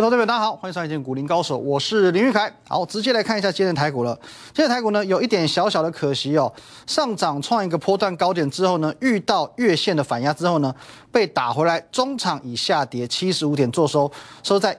各位投资者大家好，欢迎收看《股林高手》，我是林玉凯。好，直接来看一下今天的台股了。今天的台股呢，有一点小小的可惜哦，上涨创一个波段高点之后呢，遇到月线的反压之后呢，被打回来，中场以下跌75点做收，收在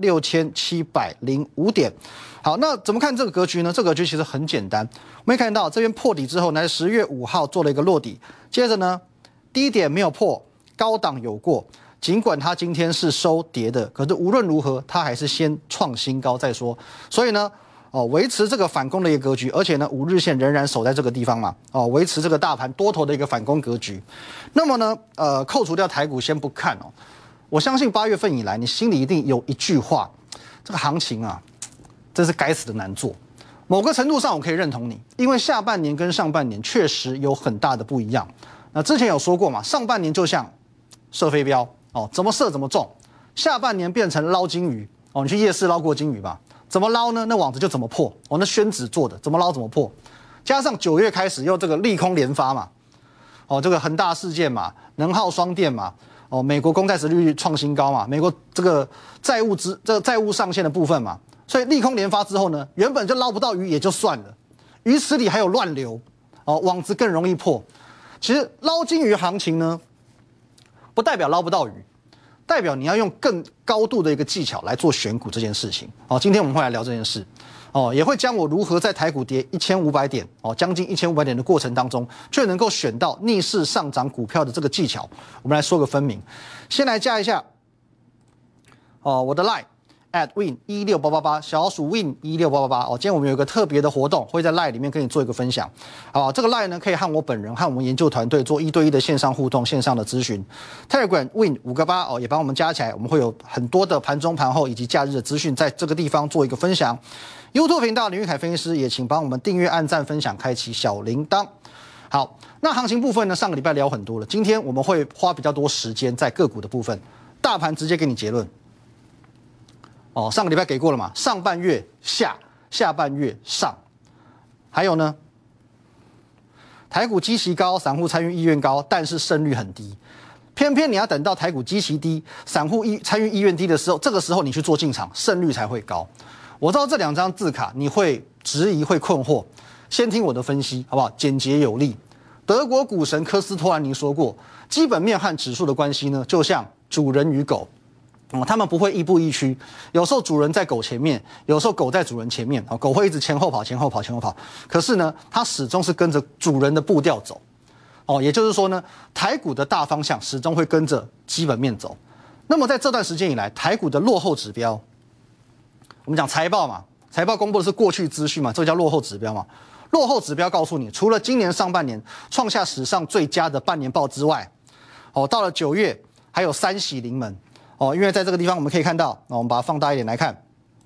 16705点。好，那怎么看这个格局呢？这个格局其实很简单，我们可以看到这边破底之后，在10月5号做了一个落底，接着呢，低点没有破，高档有过。尽管它今天是收跌的，可是无论如何，它还是先创新高再说。所以呢，维持这个反攻的一个格局，而且呢，5日线仍然守在这个地方嘛，维持这个大盘多头的一个反攻格局。那么呢，扣除掉台股先不看哦，我相信8月份以来，你心里一定有一句话，这个行情啊，真是该死的难做。某个程度上，我可以认同你，因为下半年跟上半年确实有很大的不一样。那之前有说过嘛，上半年就像射飞镖。怎么射怎么中，下半年变成捞金鱼你去夜市捞过金鱼吧？怎么捞呢？那网子就怎么破那宣纸做的，怎么捞怎么破。加上9月开始又这个利空连发嘛，这个恒大事件嘛，能耗双电嘛，美国公债殖利率创新高嘛，美国这个债务上限的部分嘛，所以利空连发之后呢，原本就捞不到鱼也就算了，鱼池里还有乱流网子更容易破。其实捞金鱼行情呢，不代表捞不到鱼，代表你要用更高度的一个技巧来做选股这件事情。今天我们会来聊这件事，也会将我如何在台股跌1500点将近1500点的过程当中，却能够选到逆势上涨股票的这个技巧，我们来说个分明。先来加一下我的 LINE @win16888 小鼠 win16888 今天我们有一个特别的活动，会在 LINE 里面跟你做一个分享。这个 LINE 呢可以和我本人和我们研究团队做1对1的线上互动、线上的咨询。Telegram win588也帮我们加起来，我们会有很多的盘中、盘后以及假日的资讯，在这个地方做一个分享。YouTube 频道林玉凯分析师也请帮我们订阅、按赞、分享、开启小铃铛。好，那行情部分呢，上个礼拜聊很多了，今天我们会花比较多时间在个股的部分，大盘直接给你结论。上个礼拜给过了嘛？上半月下，下半月上，还有呢？台股基期高，散户参与意愿高，但是胜率很低。偏偏你要等到台股基期低，散户参与意愿低的时候，这个时候你去做进场，胜率才会高。我知道这2张字卡你会质疑、会困惑，先听我的分析，好不好？简洁有力。德国股神科斯托兰尼说过，基本面和指数的关系呢，就像主人与狗。他们不会亦步亦趋，有时候主人在狗前面，有时候狗在主人前面，狗会一直前后跑，前后跑，前后跑。可是呢，它始终是跟着主人的步调走，也就是说呢，台股的大方向始终会跟着基本面走。那么在这段时间以来，台股的落后指标，我们讲财报嘛，财报公布的是过去资讯嘛，这个叫落后指标嘛。落后指标告诉你，除了今年上半年创下史上最佳的半年报之外，到了9月还有3喜临门。因为在这个地方我们可以看到，我们把它放大一点来看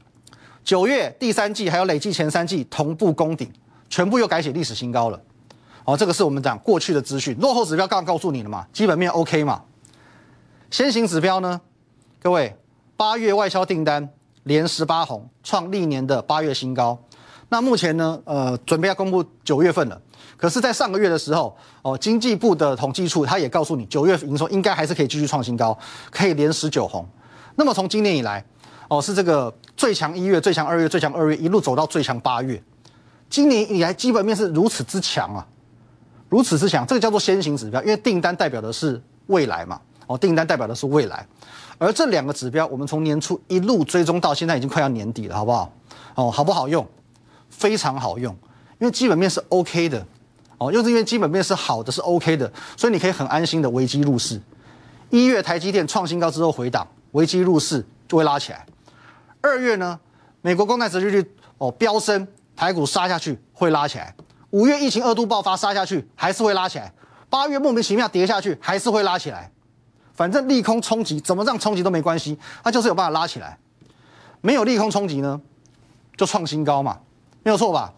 ，9月第3季还有累计前3季同步攻顶，全部又改写历史新高了。这个是我们讲过去的资讯，落后指标刚刚告诉你了嘛，基本面 OK 嘛。先行指标呢，各位，8月外销订单连18红，创历年的8月新高。那目前呢，准备要公布9月份了。可是，在上个月的时候，经济部的统计处他也告诉你，9月营收应该还是可以继续创新高，可以连19红。那么从今年以来，是这个最强1月、最强2月、最强2月一路走到最强8月。今年以来基本面是如此之强啊，如此之强，这个叫做先行指标，因为订单代表的是未来嘛，订单代表的是未来。而这2个指标，我们从年初一路追踪到现在，已经快要年底了，好不好？好不好用？非常好用，因为基本面是 OK 的。又是因为基本面是好的，是 OK 的，所以你可以很安心的危机入市。1月台积电创新高之后回档，危机入市就会拉起来。2月呢，美国公债殖利率飙升，台股杀下去会拉起来。5月疫情2度爆发杀下去还是会拉起来。8月莫名其妙跌下去还是会拉起来。反正利空冲击怎么让冲击都没关系，它就是有办法拉起来。没有利空冲击呢，就创新高嘛，没有错吧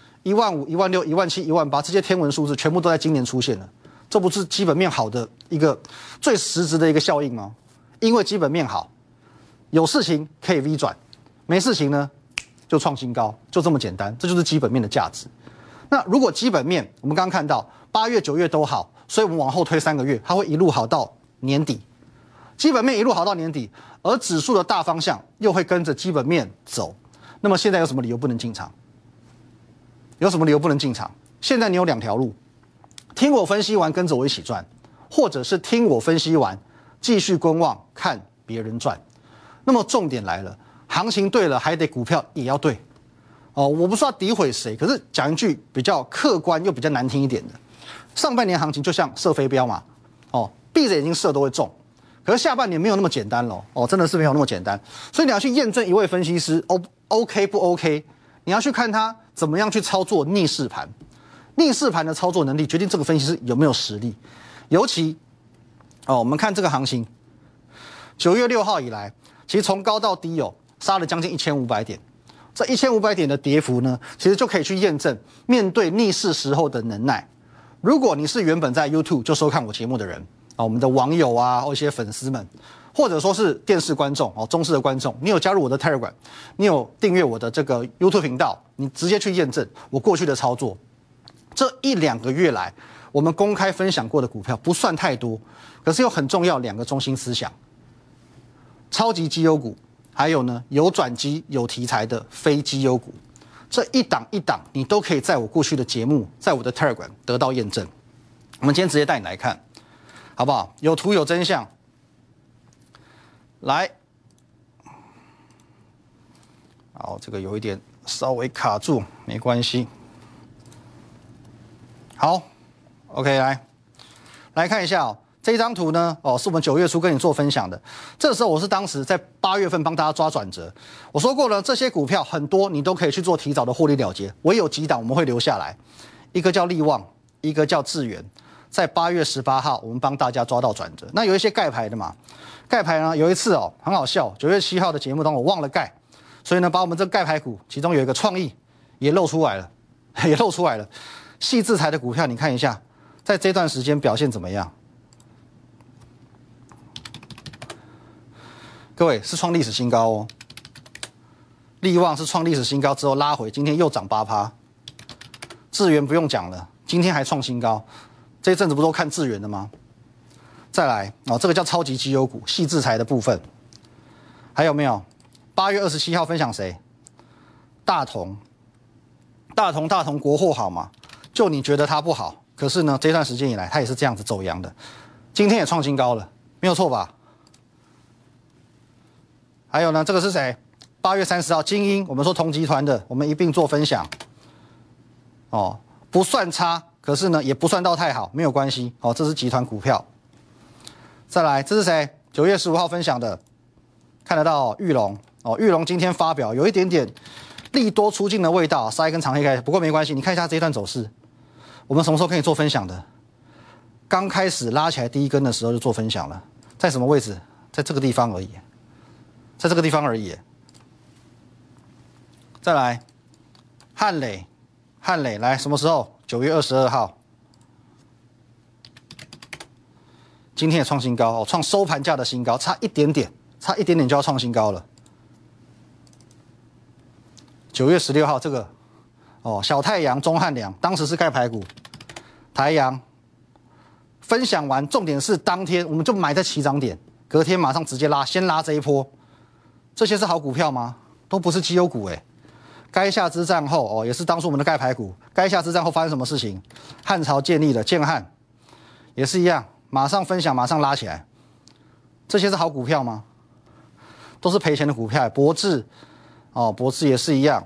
？15000、16000、17000、18000这些天文数字全部都在今年出现了，这不是基本面好的一个最实质的一个效应吗？因为基本面好，有事情可以 V 转，没事情呢就创新高，就这么简单，这就是基本面的价值。那如果基本面我们刚刚看到8月、9月都好，所以我们往后推3个月，它会一路好到年底。 基本面一路好到年底，而指数的大方向又会跟着基本面走。那么现在有什么理由不能进场？有什么理由不能进场？现在你有2条路：听我分析完跟着我一起赚，或者是听我分析完继续观望看别人赚。那么重点来了，行情对了，还得股票也要对。哦，我不是要诋毁谁，可是讲一句比较客观又比较难听一点的，上半年行情就像射飞镖嘛，哦，闭着眼睛射都会中。可是下半年没有那么简单咯，哦，真的是没有那么简单。所以你要去验证一位分析师 OK 不 OK， 你要去看他怎么样去操作逆势盘。逆势盘的操作能力决定这个分析师有没有实力。尤其我们看这个行情，9月6号以来，其实从高到低杀了将近1500点。这1500点的跌幅呢，其实就可以去验证面对逆势时候的能耐。如果你是原本在 YouTube 就收看我节目的人，我们的网友啊，或一些粉丝们，或者说是电视观众中视的观众，你有加入我的 Telegram， 你有订阅我的这个 YouTube 频道，你直接去验证我过去的操作。这1-2个月来，我们公开分享过的股票不算太多，可是有很重要2个中心思想：超级绩优股，还有呢有转机、有题材的非绩优股。这一档一档，你都可以在我过去的节目，在我的 Telegram 得到验证。我们今天直接带你来看。好不好？有图有真相。来，好，这个有一点稍微卡住，没关系。好 ，OK， 来看一下这一张图呢，是我们9月初跟你做分享的。这时候我是当时在8月份帮大家抓转折。我说过了，这些股票很多你都可以去做提早的获利了结，唯有几档我们会留下来。一个叫力旺，一个叫智原。在8月18号，我们帮大家抓到转折。那有一些盖牌的嘛，盖牌呢有一次很好笑，9月7号的节目当中我忘了盖，所以呢把我们这盖牌股其中有一个创意也露出来了，也露出来了。矽智财的股票你看一下，在这段时间表现怎么样？各位是创历史新高哦。力旺是创历史新高之后拉回，今天又涨8%。智原不用讲了，今天还创新高。这一阵子不都看智原的吗？再来这个叫超级绩优股，矽智财的部分，还有没有？8月27号分享谁？大同国货好嘛？就你觉得它不好，可是呢，这段时间以来它也是这样子走阳的，今天也创新高了，没有错吧？还有呢，这个是谁？8月30号精英，我们说同集团的，我们一并做分享，不算差。可是呢，也不算到太好，没有关系。这是集团股票。再来，这是谁？9月15号分享的，看得到裕隆裕隆今天发表有一点点利多出尽的味道，杀一根长黑 K， 不过没关系，你看一下这一段走势，我们什么时候可以做分享的？刚开始拉起来第一根的时候就做分享了，在什么位置？在这个地方而已，在这个地方而已。再来，汉磊来什么时候？9月22号，今天也创新高创收盘价的新高，差一点点就要创新高了。9月16号这个小太阳、中汉良，当时是盖牌股，台阳分享完，重点是当天我们就买在起涨点，隔天马上直接拉，先拉这一波，这些是好股票吗？都不是绩优股该下之战后也是当初我们的盖牌股。该下之战后发生什么事情？汉朝建立了，建汉也是一样，马上分享，马上拉起来。这些是好股票吗？都是赔钱的股票。博智博智也是一样，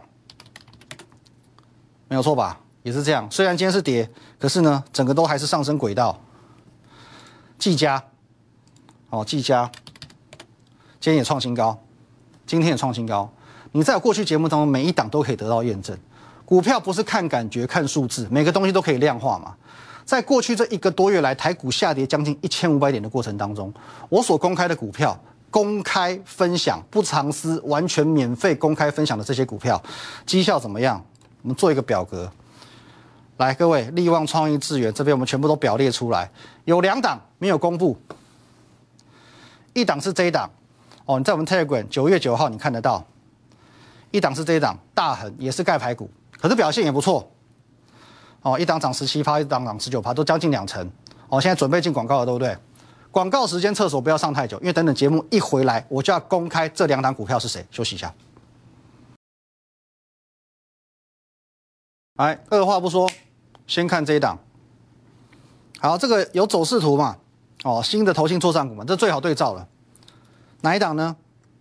没有错吧？也是这样。虽然今天是跌，可是呢，整个都还是上升轨道。技嘉技嘉今天也创新高，今天也创新高。你在我过去节目当中每一档都可以得到验证，股票不是看感觉、看数字，每个东西都可以量化嘛。在过去这1个多月来，台股下跌将近1500点的过程当中，我所公开的股票，公开分享，不藏私，完全免费公开分享的这些股票，绩效怎么样？我们做一个表格，来，各位，力旺、创意、智原这边我们全部都表列出来，有2档没有公布，一档是这一档，你在我们 Telegram 9月9号你看得到。一档是这一档大恒，也是盖牌股，可是表现也不错。一档涨17%，一档涨19%，都将近2成。现在准备进广告了，对不对？ 广告时间，厕所不要上太久，因为等等节目一回来，我就要公开这2档股票是谁。休息一下。来，二话不说，先看这一档。好，这个有走势图嘛？哦，新的投信作战股嘛，这最好对照了。哪一档呢？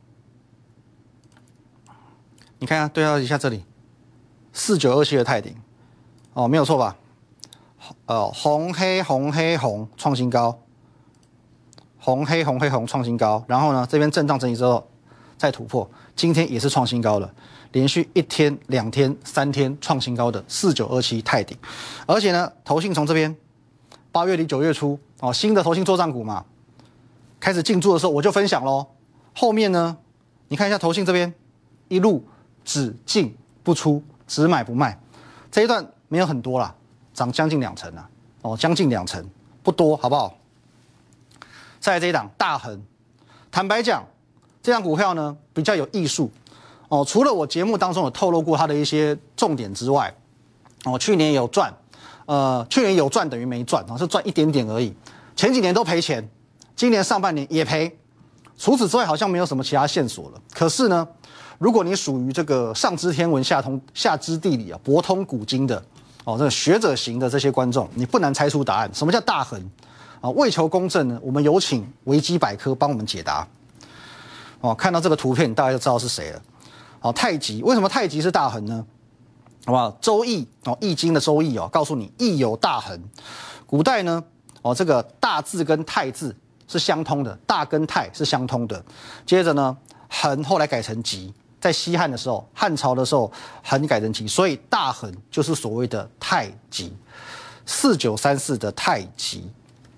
你看啊，对照一下这里，4927的泰鼎，哦，没有错吧？红黑红黑红创新高，红黑红黑红创新高，然后呢，这边震荡整理之后再突破，今天也是创新高了，连续1天、2天、3天创新高的4927泰鼎，而且呢，投信从这边8月底9月初哦，新的投信作战股嘛，开始进驻的时候我就分享咯。后面呢，你看一下投信这边一路只进不出，只买不卖，这一段没有很多啦，涨将近2成啊，哦，将近2成，不多，好不好？再来这一档大恒，坦白讲，这档股票呢比较有艺术哦，除了我节目当中有透露过它的一些重点之外，哦，去年有赚，去年有赚等于没赚啊，是赚一点点而已，前几年都赔钱，今年上半年也赔，除此之外好像没有什么其他线索了。可是呢，如果你属于这个上知天文下知地理啊，博通古今的哦，这个学者型的这些观众，你不难猜出答案。什么叫大恒啊？为求公正呢，我们有请维基百科帮我们解答。哦，看到这个图片，你大概就知道是谁了。哦，太极为什么太极是大恒呢？好不好？周易哦，易经的周易哦，告诉你易有大恒。古代呢，哦，这个大字跟太字是相通的，大跟太是相通的。接着呢，恒后来改成极，在西汉的时候，汉朝的时候，恒改成极，所以大恒就是所谓的太极，4934的太极，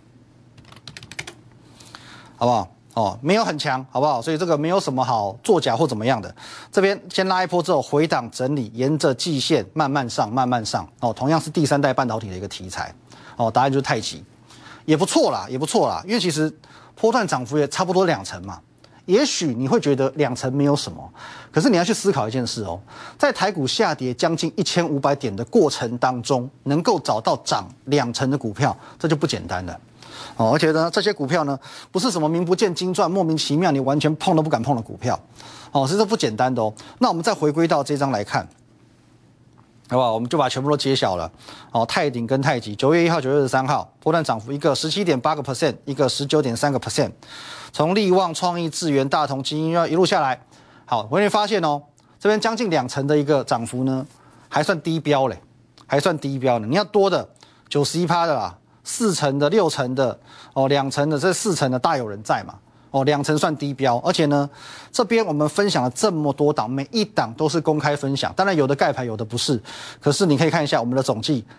好不好？哦，没有很强，好不好？所以这个没有什么好作假或怎么样的。这边先拉一波之后回档整理，沿着季线慢慢上，慢慢上。哦，同样是第3代半导体的一个题材。哦，答案就是太极，也不错啦，也不错啦。因为其实波段涨幅也差不多2成嘛。也许你会觉得2成没有什么，可是你要去思考一件事哦，在台股下跌将近1500点的过程当中，能够找到涨2成的股票，这就不简单了。哦，而且呢，这些股票呢，不是什么名不见经传、莫名其妙你完全碰都不敢碰的股票，哦，这是不简单的哦。那我们再回归到这张来看，好不好？我们就把全部都揭晓了。哦，泰鼎跟太极，9月1号、9月23号，波段涨幅一个17.8%，一个19.3%。从力旺、创意、智源、大同、精英要一路下来，好，我会发现哦，这边将近2成的一个涨幅呢，还算低标嘞，还算低标呢。你要多的91%的啦。4成的、6成的、哦2成的，这4成的大有人在嘛？哦，2成算低标，而且呢，这边我们分享了这么多档，每一档都是公开分享，当然有的盖牌，有的不是。可是你可以看一下我们的总计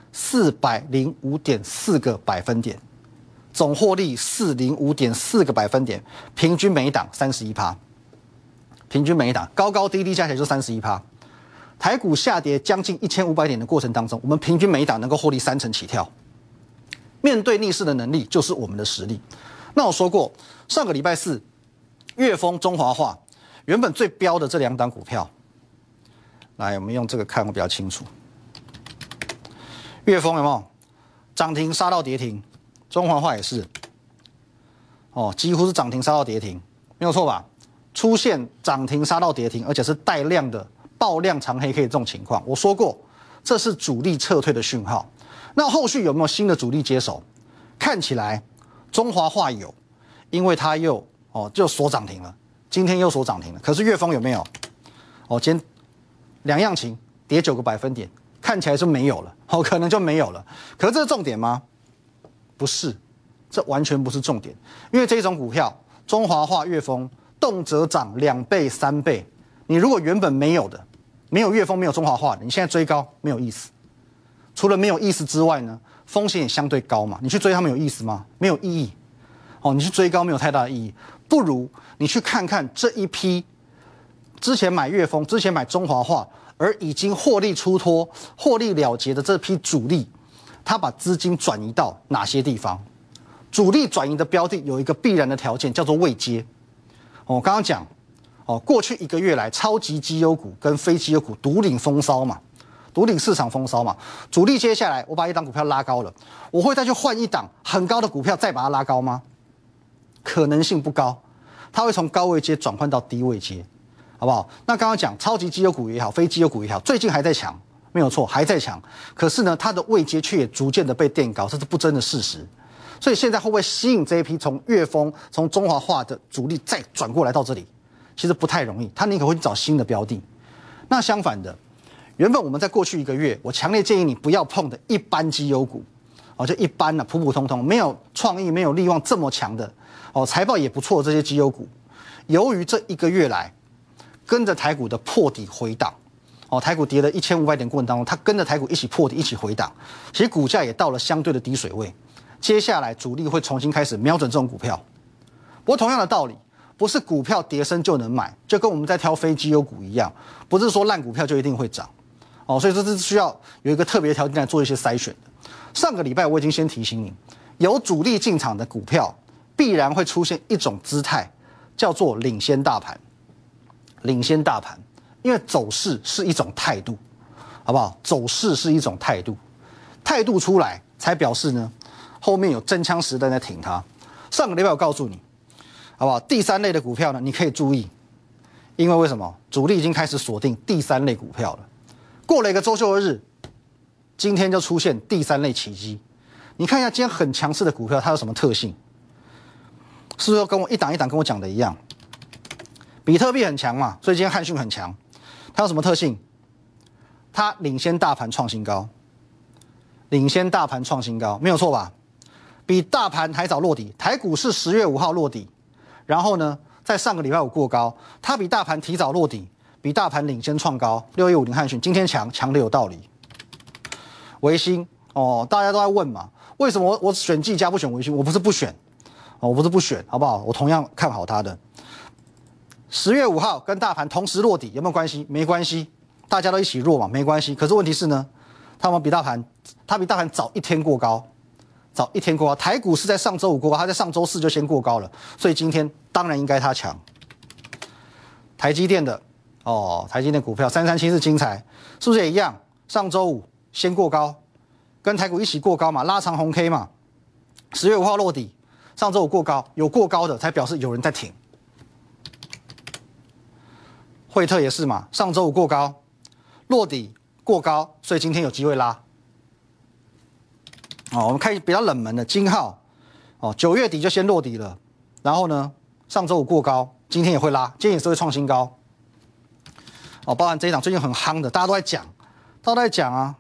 405.4个百分点，总获利405.4个百分点，平均每一档31%，平均每一档高高低低加起来就31%。台股下跌将近1500点的过程当中，我们平均每一档能够获利3成起跳。面对逆势的能力就是我们的实力。那我说过，上个礼拜4，粤丰、中华化原本最标的这2档股票，来，我们用这个看会比较清楚。粤丰有没有涨停杀到跌停？中华化也是，哦，几乎是涨停杀到跌停，没有错吧？出现涨停杀到跌停，而且是带量的爆量长黑 K 这种情况，我说过，这是主力撤退的讯号。那后续有没有新的主力接手？看起来中华化有，因为它又就锁涨停了，今天又锁涨停了。可是粤丰有没有？哦，今天2样情跌9个百分点，看起来是没有了，可能就没有了。可是这是重点吗？不是，这完全不是重点，因为这种股票中华化、粤丰动辄涨2倍、3倍，你如果原本没有的，没有粤丰、没有中华化的，你现在追高没有意思。除了没有意思之外呢，风险也相对高嘛。你去追他们有意思吗？没有意义。哦，你去追高没有太大的意义，不如你去看看这一批之前买粤丰、之前买中华化，而已经获利出脱、获利了结的这批主力，他把资金转移到哪些地方？主力转移的标的有一个必然的条件，叫做位阶。我刚刚讲，过去1个月来，超级绩优股跟非绩优股独领风骚嘛。独领市场风骚嘛，主力接下来我把一档股票拉高了，我会再去换一档很高的股票再把它拉高吗？ 可能性不高，它会从高位阶转换到低位阶，好不好？那刚刚讲超级绩优股也好，非绩优股也好，最近还在强，没有错，还在强。可是呢，它的位阶却也逐渐的被垫高，这是不争的事实。所以现在会不会吸引这一批从粤丰、从中华化的主力再转过来到这里？其实不太容易，他宁可会去找新的标的。那相反的，原本我们在过去1个月，我强烈建议你不要碰的一般绩优股，就一般的普普通通，没有创意、没有力旺这么强的，财报也不错的这些绩优股，由于这1个月来跟着台股的破底回档，台股跌了1500点过程当中，它跟着台股一起破底、一起回档，其实股价也到了相对的低水位。接下来主力会重新开始瞄准这种股票。不过同样的道理，不是股票跌升就能买，就跟我们在挑非绩优股一样，不是说烂股票就一定会涨，所以这是需要有一个特别条件来做一些筛选的。上个礼拜我已经先提醒你，有主力进场的股票，必然会出现一种姿态，叫做领先大盘。领先大盘，因为走势是一种态度，好不好？走势是一种态度，态度出来才表示呢，后面有真枪实弹在挺它。上个礼拜我告诉你，好不好？第3类的股票呢，你可以注意，因为为什么？主力已经开始锁定第3类股票了。过了一个周休日，今天就出现第3类奇迹。你看一下今天很强势的股票，它有什么特性？是不是跟我一档一档跟我讲的一样？比特币很强嘛，所以今天汉讯很强。它有什么特性？它领先大盘创新高，领先大盘创新高，没有错吧？比大盘还早落底。台股是10月5号落底，然后呢，在上个礼拜五过高，它比大盘提早落底，比大盘领先创高。6150汉讯今天强的有道理。微星大家都在问嘛，为什么我选技嘉不选微星？我不是不选，我不是不选，好不好？我同样看好它的。10月5号跟大盘同时落底，有没有关系？没关系，大家都一起弱嘛，没关系。可是问题是呢，它比大盘早1天过高。早1天过高，台股是在上周五过高，它在上周4就先过高了，所以今天当然应该它强。台积电的台积电股票3374精彩，是不是也一样？上周五先过高，跟台股一起过高嘛，拉长红 K 嘛。10月5号落底，上周五过高，有过高的才表示有人在挺。惠特也是嘛，上周五过高，落底过高，所以今天有机会拉。我们看比较冷门的金浩，9月底就先落底了，然后呢，上周五过高，今天也会拉，今天也是会创新高。包含这一档最近很夯的，大家都在讲啊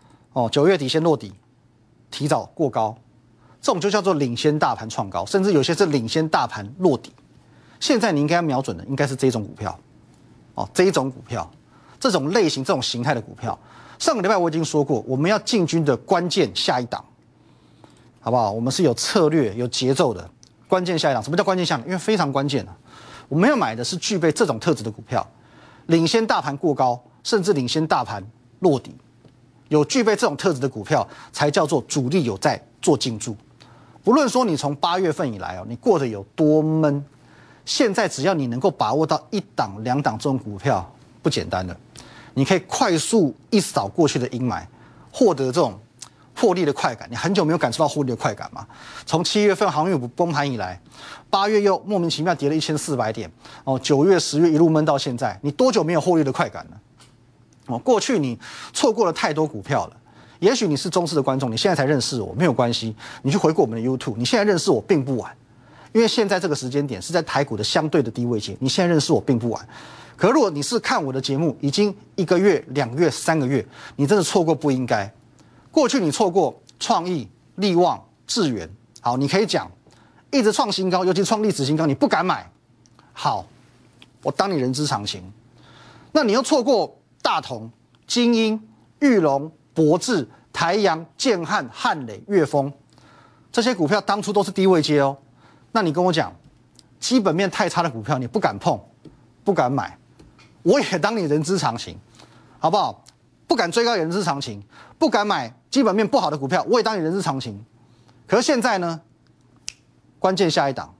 ，9月底先落底，提早过高，这种就叫做领先大盘创高，甚至有些是领先大盘落底。现在你应该要瞄准的应该是这种股票，这一种股票，这种类型、这种形态的股票。上个礼拜我已经说过，我们要进军的关键下一档。好不好？我们是有策略、有节奏的关键下一档。什么叫关键下一档？因为非常关键啊！我们要买的是具备这种特质的股票，领先大盘过高，甚至领先大盘落底，有具备这种特质的股票，才叫做主力有在做进驻。不论说你从8月份以来你过得有多闷，现在只要你能够把握到1档、2档这种股票，不简单了。你可以快速一扫过去的阴霾，获得这种获利的快感。你很久没有感受到获利的快感嘛？从7月份航运股崩盘以来，8月又莫名其妙跌了1400点，9月、10月一路闷到现在，你多久没有获利的快感了？过去你错过了太多股票了。也许你是忠实的观众，你现在才认识我，没有关系，你去回顾我们的 YouTube， 你现在认识我并不晚，因为现在这个时间点是在台股的相对的低位阶，你现在认识我并不晚。可如果你是看我的节目已经1个月、2个月、3个月，你真的错过不应该。过去你错过创意、力旺、智原，好，你可以讲一直创新高，尤其创历史新高，你不敢买，好，我当你人之常情。那你又错过大同、精英、裕隆、博智、台阳、建汉、汉磊、粤丰这些股票当初都是低位阶那你跟我讲，基本面太差的股票你不敢碰，不敢买，我也当你人之常情，好不好？不敢追高也人之常情，不敢买基本面不好的股票，我也当你人之常情。可是现在呢，关键下一档，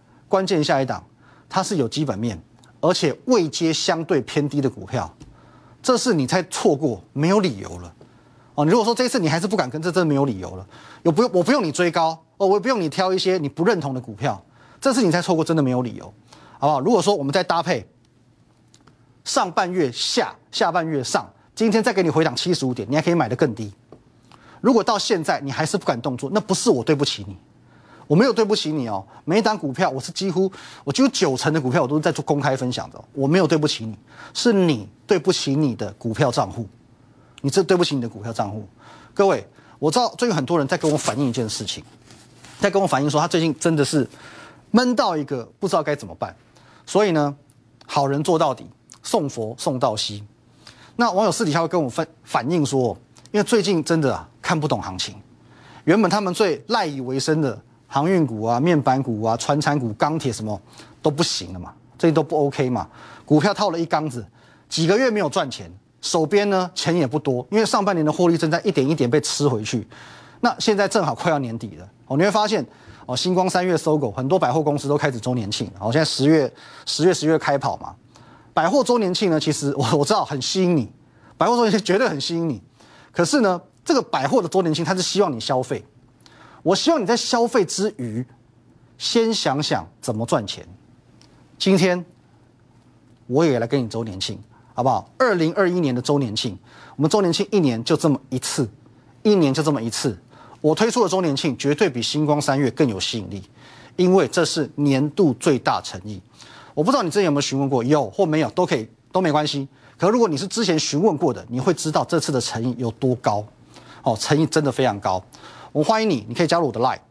它是有基本面，而且位阶相对偏低的股票，这是你才错过，没有理由了。你如果说这一次你还是不敢跟，这真的没有理由了。我不用你追高我也不用你挑一些你不认同的股票， 这次你再错过真的没有理由，好不好？如果说我们再搭配上半月下，下半月上，今天再给你回档75点，你还可以买得更低。如果到现在你还是不敢动作，那不是我对不起你，我没有对不起你哦。每一档股票我几乎90%的股票我都是在做公开分享的，我没有对不起你，是你对不起你的股票账户，你这对不起你的股票账户。各位，我知道最近很多人在跟我反映一件事情，在跟我反映说他最近真的是闷到一个不知道该怎么办，所以呢，好人做到底，送佛送到西。那网友私底下会跟我反映说，因为最近真的看不懂行情，原本他们最赖以为生的航运股啊、面板股啊、传产股、钢铁什么都不行了嘛，最近都不 OK 嘛，股票套了一缸子，几个月没有赚钱，手边呢钱也不多，因为上半年的获利正在一点一点被吃回去。那现在正好快要年底了，你会发现星光3月收购，很多百货公司都开始周年庆，现在10月、11月开跑嘛。百货周年庆呢，其实我知道很吸引你，百货周年庆绝对很吸引你。可是呢，这个百货的周年庆，它是希望你消费。我希望你在消费之余，先想想怎么赚钱。今天我也来跟你周年庆，好不好？2021年的周年庆，我们周年庆一年就这么一次，一年就这么一次。我推出的周年庆绝对比星光3月更有吸引力，因为这是年度最大诚意。我不知道你之前有没有询问过，有或没有都可以，都没关系。可如果你是之前询问过的，你会知道这次的诚意有多高，诚意真的非常高。我欢迎你，你可以加入我的 Line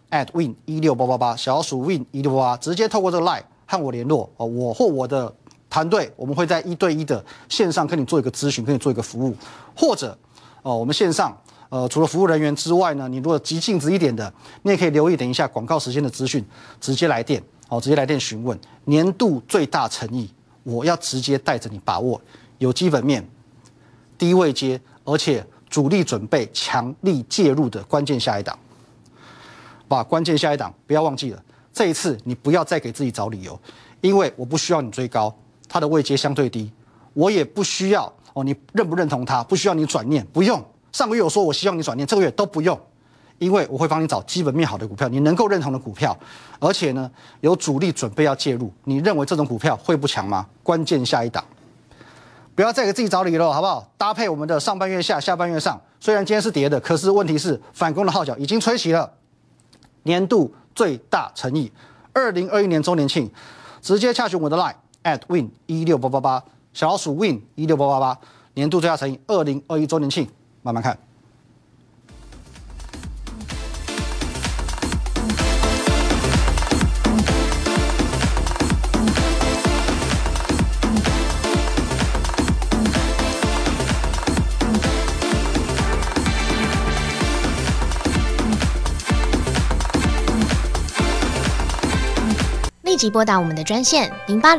@win16888 小鼠 win16888，直接透过这个 Line 和我联络，我或我的团队，我们会在1对1的线上跟你做一个咨询，跟你做一个服务，或者我们线上除了服务人员之外呢，你如果急性子一点的，你也可以留意等一下广告时间的资讯，直接来电，直接来电询问年度最大诚意，我要直接带着你把握有基本面、低位阶，而且主力准备强力介入的关键下一档。把关键下一档不要忘记了，这一次你不要再给自己找理由，因为我不需要你追高，它的位阶相对低，我也不需要你认不认同它，不需要你转念，不用。上个月我说我希望你转念，这个月都不用，因为我会帮你找基本面好的股票，你能够认同的股票，而且呢有主力准备要介入，你认为这种股票会不强吗？关键下一档，不要再给自己找理由了，好不好？搭配我们的上半月下，下半月上，虽然今天是跌的，可是问题是反攻的号角已经吹起了，年度最大诚意，2021年周年庆，直接洽询我的 Line @win16888 小老鼠 win16888，年度最大诚意，2021周年庆。慢慢看。 立即拨打我们的专线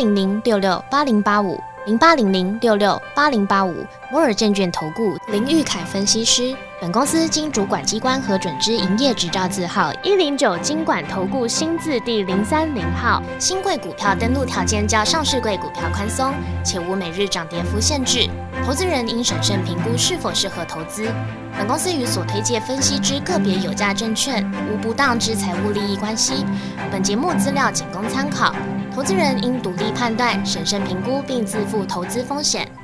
0800668085。0800668085，摩尔证券投顾林玉凯分析师。本公司经主管机关核准之营业执照字号109金管投顾新字第030号。新贵股票登录条件较上市贵股票宽松，且无每日涨跌幅限制。投资人应审慎评估是否适合投资。本公司与所推介分析之个别有价证券无不当之财务利益关系。本节目资料仅供参考。投资人应独立判断、审慎评估，并自负投资风险。